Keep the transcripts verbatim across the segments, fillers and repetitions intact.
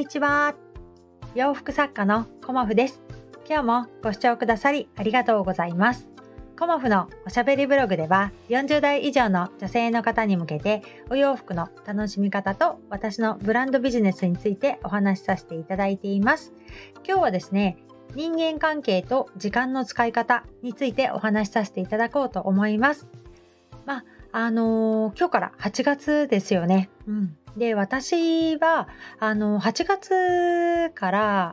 にちは。洋服作家のコモフです。今日もご視聴くださりありがとうございます。コモフのおしゃべりブログではよんじゅう代以上の女性の方に向けてお洋服の楽しみ方と私のブランドビジネスについてお話しさせていただいています。今日はですね、人間関係と時間の使い方についてお話しさせていただこうと思います。まあ、あのー、今日からはちがつですよね。うん。で、私は、あの、はちがつから、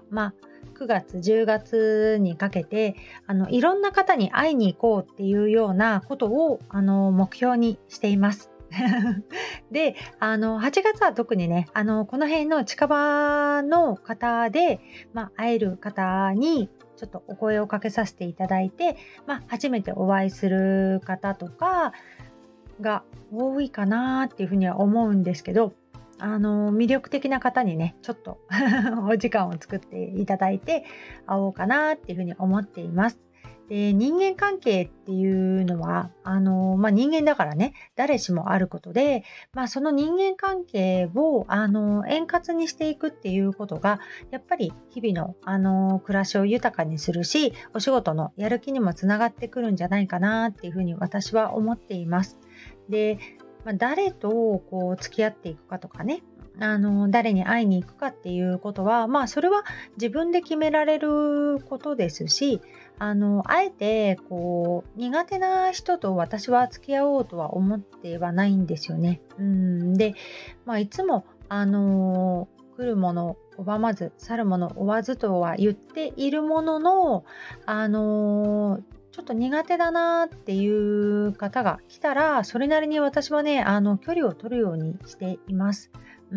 まあ、くがつ、じゅうがつにかけて、あの、いろんな方に会いに行こうっていうようなことを、あの、目標にしています。で、あの、はちがつは特にね、あの、この辺の近場の方で、まあ、会える方に、ちょっとお声をかけさせていただいて、まあ、初めてお会いする方とかが多いかなっていうふうには思うんですけど、あの魅力的な方にねちょっとお時間を作っていただいて会おうかなっていうふうに思っています。で、人間関係っていうのはあの、まあ、人間だからね誰しもあることで、まあ、その人間関係をあの円滑にしていくっていうことがやっぱり日々のあの暮らしを豊かにするし、お仕事のやる気にもつながってくるんじゃないかなっていうふうに私は思っています。で、まあ、誰とこう付き合っていくかとかね、あの誰に会いに行くかっていうことは、まあそれは自分で決められることですし、あのあえてこう苦手な人と私は付き合おうとは思ってはないんですよね。うんで、まあ、いつもあの来るもの拒まず去るもの追わずとは言っているものの、あのちょっと苦手だなっていう方が来たら、それなりに私はね、あの距離を取るようにしています。うん、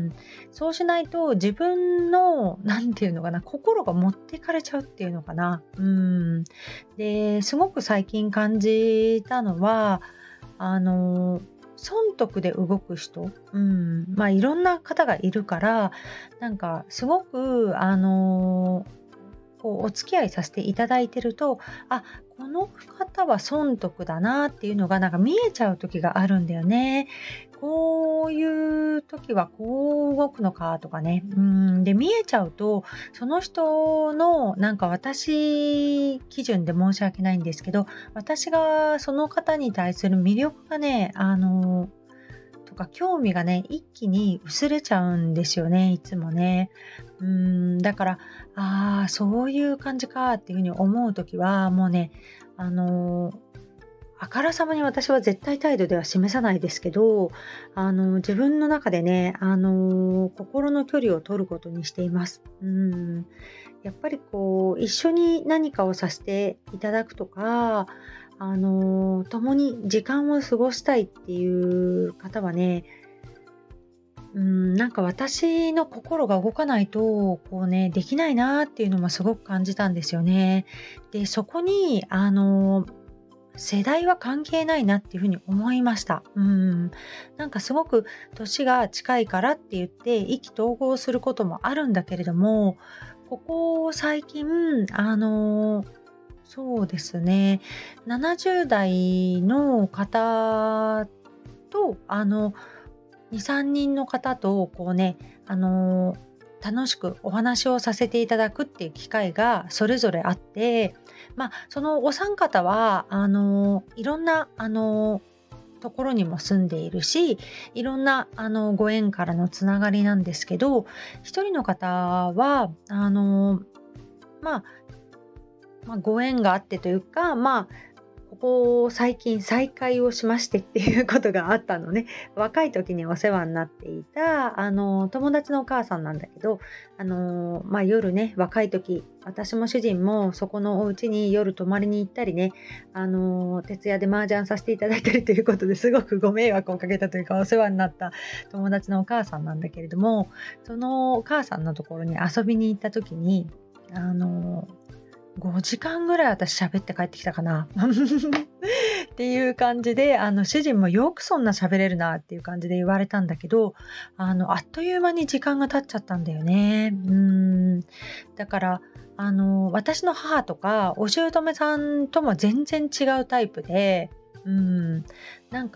そうしないと自分のなんていうのかな、心が持っていかれちゃうっていうのかな。うん、ですごく最近感じたのは、あの損得で動く人、うん、まあいろんな方がいるから、なんかすごくあのこうお付き合いさせていただいてると、あ、この方は損得だなっていうのがなんか見えちゃう時があるんだよね。こういう時はこう動くのかとかね。うんで見えちゃうと、その人のなんか私基準で申し訳ないんですけど、私がその方に対する魅力がね、あのとか興味がね一気に薄れちゃうんですよね、いつもね。うーんだから、ああそういう感じかっていうふうに思うときはもうね、あのーあからさまに私は絶対態度では示さないですけど、あの自分の中でね、あの心の距離を取ることにしています。うんやっぱりこう一緒に何かをさせていただくとか、あの共に時間を過ごしたいっていう方はね、うん、なんか私の心が動かないと、こうね、できないなっていうのもすごく感じたんですよね。で、そこに、あの、世代は関係ないなっていうふうに思いました。うん。なんかすごく年が近いからって言って意気投合することもあるんだけれども、ここ最近、あの、そうですね、ななじゅう代の方と、あの、に、さんにんの方とこうね、あの、楽しくお話をさせていただくっていう機会がそれぞれあって、まあ、そのお三方は、あの、いろんな、あの、ところにも住んでいるし、いろんな、あの、ご縁からのつながりなんですけど、一人の方は、あの、まあ、まあ、ご縁があってというか、まあ、ここ最近再会をしましてっていうことがあったのね。若い時にお世話になっていたあの友達のお母さんなんだけど、あのまあ、夜ね、若い時私も主人もそこのお家に夜泊まりに行ったりね、あの徹夜で麻雀させていただいたりということですごくご迷惑をかけたというかお世話になった友達のお母さんなんだけれども、そのお母さんのところに遊びに行った時に、あのごじかんぐらい私喋って帰ってきたかなっていう感じで、あの主人もよくそんな喋れるなっていう感じで言われたんだけど、あのあっという間に時間が経っちゃったんだよね。うーんだからあの私の母とかお姑さんとも全然違うタイプで、うんなんか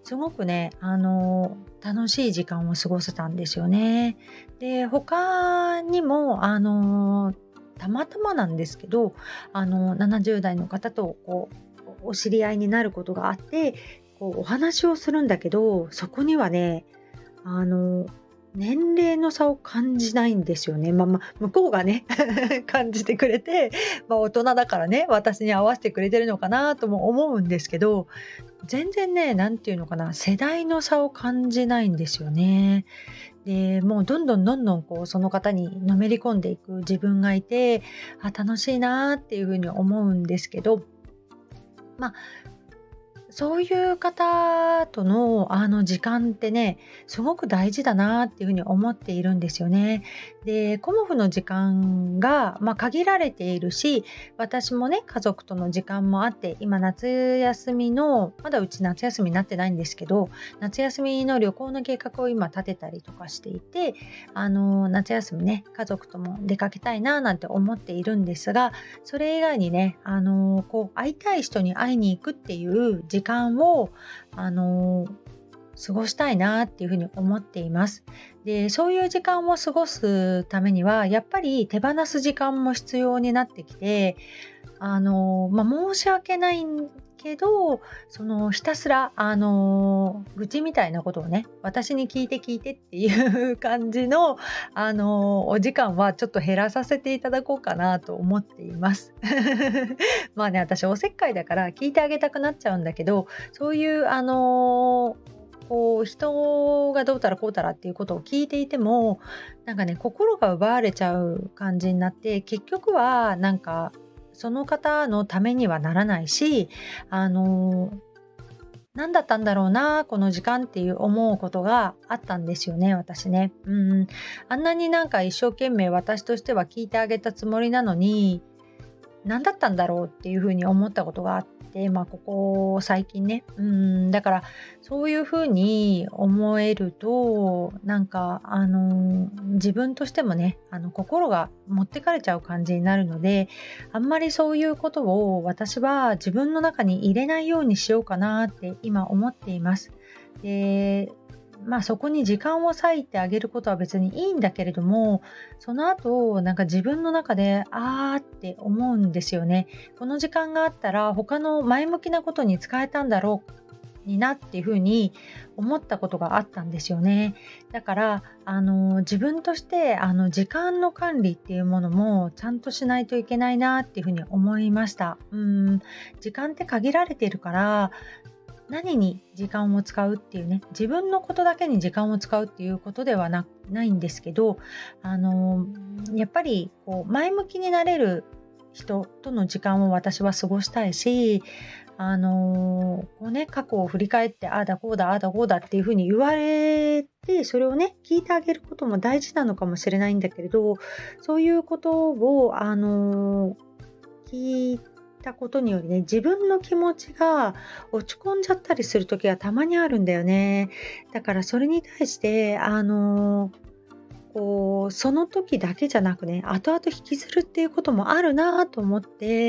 すごくね、あの、楽しい時間を過ごせたんですよね。で、他にも、あの、たまたまなんですけど、あの、ななじゅう代の方とこう、お知り合いになることがあって、こうお話をするんだけど、そこにはね、あの、年齢の差を感じないんですよね。まあまあ、向こうがね感じてくれて、まあ、大人だからね、私に合わせてくれてるのかなとも思うんですけど、全然ね、なんていうのかな、世代の差を感じないんですよね。で、もうどんどんどんどんこうその方にのめり込んでいく自分がいて、あ、楽しいなっていうふうに思うんですけど、まあそういう方との、あの、時間ってね、すごく大事だなっていうふうに思っているんですよね。で、コモフの時間が、まあ、限られているし、私もね、家族との時間もあって、今夏休みの、まだうち夏休みになってないんですけど、夏休みの旅行の計画を今立てたりとかしていて、あの、夏休みね、家族とも出かけたいななんて思っているんですが、それ以外にね、あの、こう、会いたい人に会いに行くっていう時間を、あの、過ごしたいなっていうふうに思っています。で、そういう時間を過ごすためには、やっぱり手放す時間も必要になってきて、あの、まあ、申し訳ないんけど、そのひたすら、あの、愚痴みたいなことをね、私に聞いて聞いてっていう感じの、あの、お時間はちょっと減らさせていただこうかなと思っています。まあね、私おせっかいだから聞いてあげたくなっちゃうんだけど、そういう、あの、こう人がどうたらこうたらっていうことを聞いていても、なんかね、心が奪われちゃう感じになって、結局はなんかその方のためにはならないし、あの、何だったんだろうな、この時間っていう思うことがあったんですよね、私ね。うん。あんなになんか一生懸命私としては聞いてあげたつもりなのに、何だったんだろうっていうふうに思ったことがあって、まあ、ここ最近ね。うん、だから、そういうふうに思えると、なんか、あの、自分としてもね、あの、心が持ってかれちゃう感じになるので、あんまりそういうことを私は自分の中に入れないようにしようかなって今思っています。で、まあそこに時間を割いてあげることは別にいいんだけれども、その後、なんか自分の中で、あーって思うんですよね。この時間があったら他の前向きなことに使えたんだろうになっていうふうに思ったことがあったんですよね。だから、あの、自分として、あの、時間の管理っていうものもちゃんとしないといけないなっていうふうに思いました。うん、時間って限られているから、何に時間を使うっていうね、自分のことだけに時間を使うっていうことではなないんですけど、あの、やっぱりこう前向きになれる人との時間を私は過ごしたいし、あの、こうね、過去を振り返って、ああだこうだ、ああだこうだっていうふうに言われて、それをね、聞いてあげることも大事なのかもしれないんだけれど、そういうことを、あの、聞いたことによりね、自分の気持ちが落ち込んじゃったりする時がたまにあるんだよね。だからそれに対して、あの、こう、その時だけじゃなくね、後々引きずるっていうこともあるなと思って、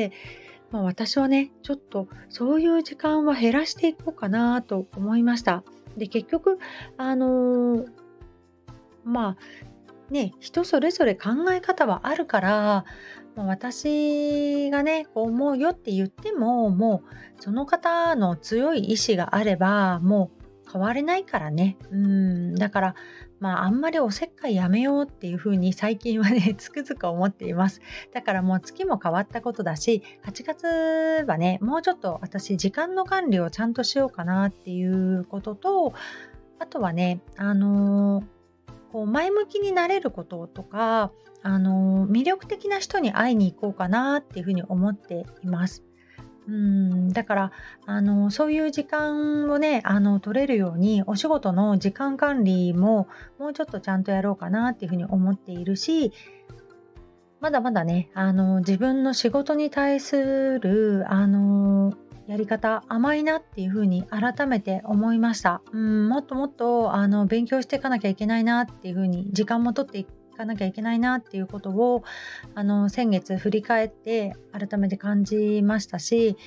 まあ、私はね、ちょっとそういう時間は減らしていこうかなと思いました。で、結局、あの、まあ、ね、人それぞれ考え方はあるから、まあ、私がね、こう思うよって言っても、もうその方の強い意志があれば、もう変われないからね。うん、だから、まあ、あんまりおせっかいやめようっていうふうに最近はね、つくづく思っています。だからもう月も変わったことだし、はちがつはね、もうちょっと私時間の管理をちゃんとしようかなっていうことと、あとはね、あのーこう前向きになれることとか、あの、魅力的な人に会いに行こうかなっていうふうに思っています。うん、だから、あの、そういう時間をね、あの、取れるように、お仕事の時間管理も、もうちょっとちゃんとやろうかなっていうふうに思っているし、まだまだね、あの、自分の仕事に対する、あの、やり方甘いなっていうふうに改めて思いました。うん、もっともっとあの勉強していかなきゃいけないなっていうふうに時間も取っていかなきゃいけないなっていうことをあの先月振り返って改めて感じましたし、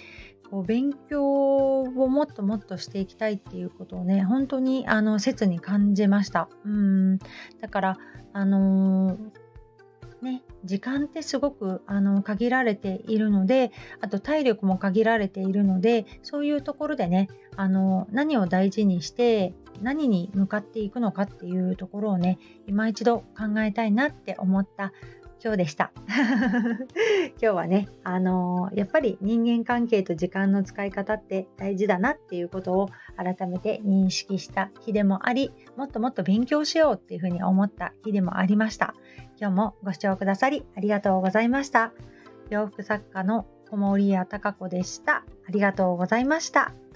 こう勉強をもっともっとしていきたいっていうことをね、本当にあの切に感じました。うん、だからあのーね、時間ってすごくあの限られているので、あと体力も限られているので、そういうところでね、あの何を大事にして何に向かっていくのかっていうところをね、今一度考えたいなって思った今日でした。今日はね、あのやっぱり人間関係と時間の使い方って大事だなっていうことを改めて認識した日でもあり、もっともっと勉強しようっていうふうに思った日でもありました。今日もご視聴くださりありがとうございました。洋服作家の小森屋貴子でした。ありがとうございました。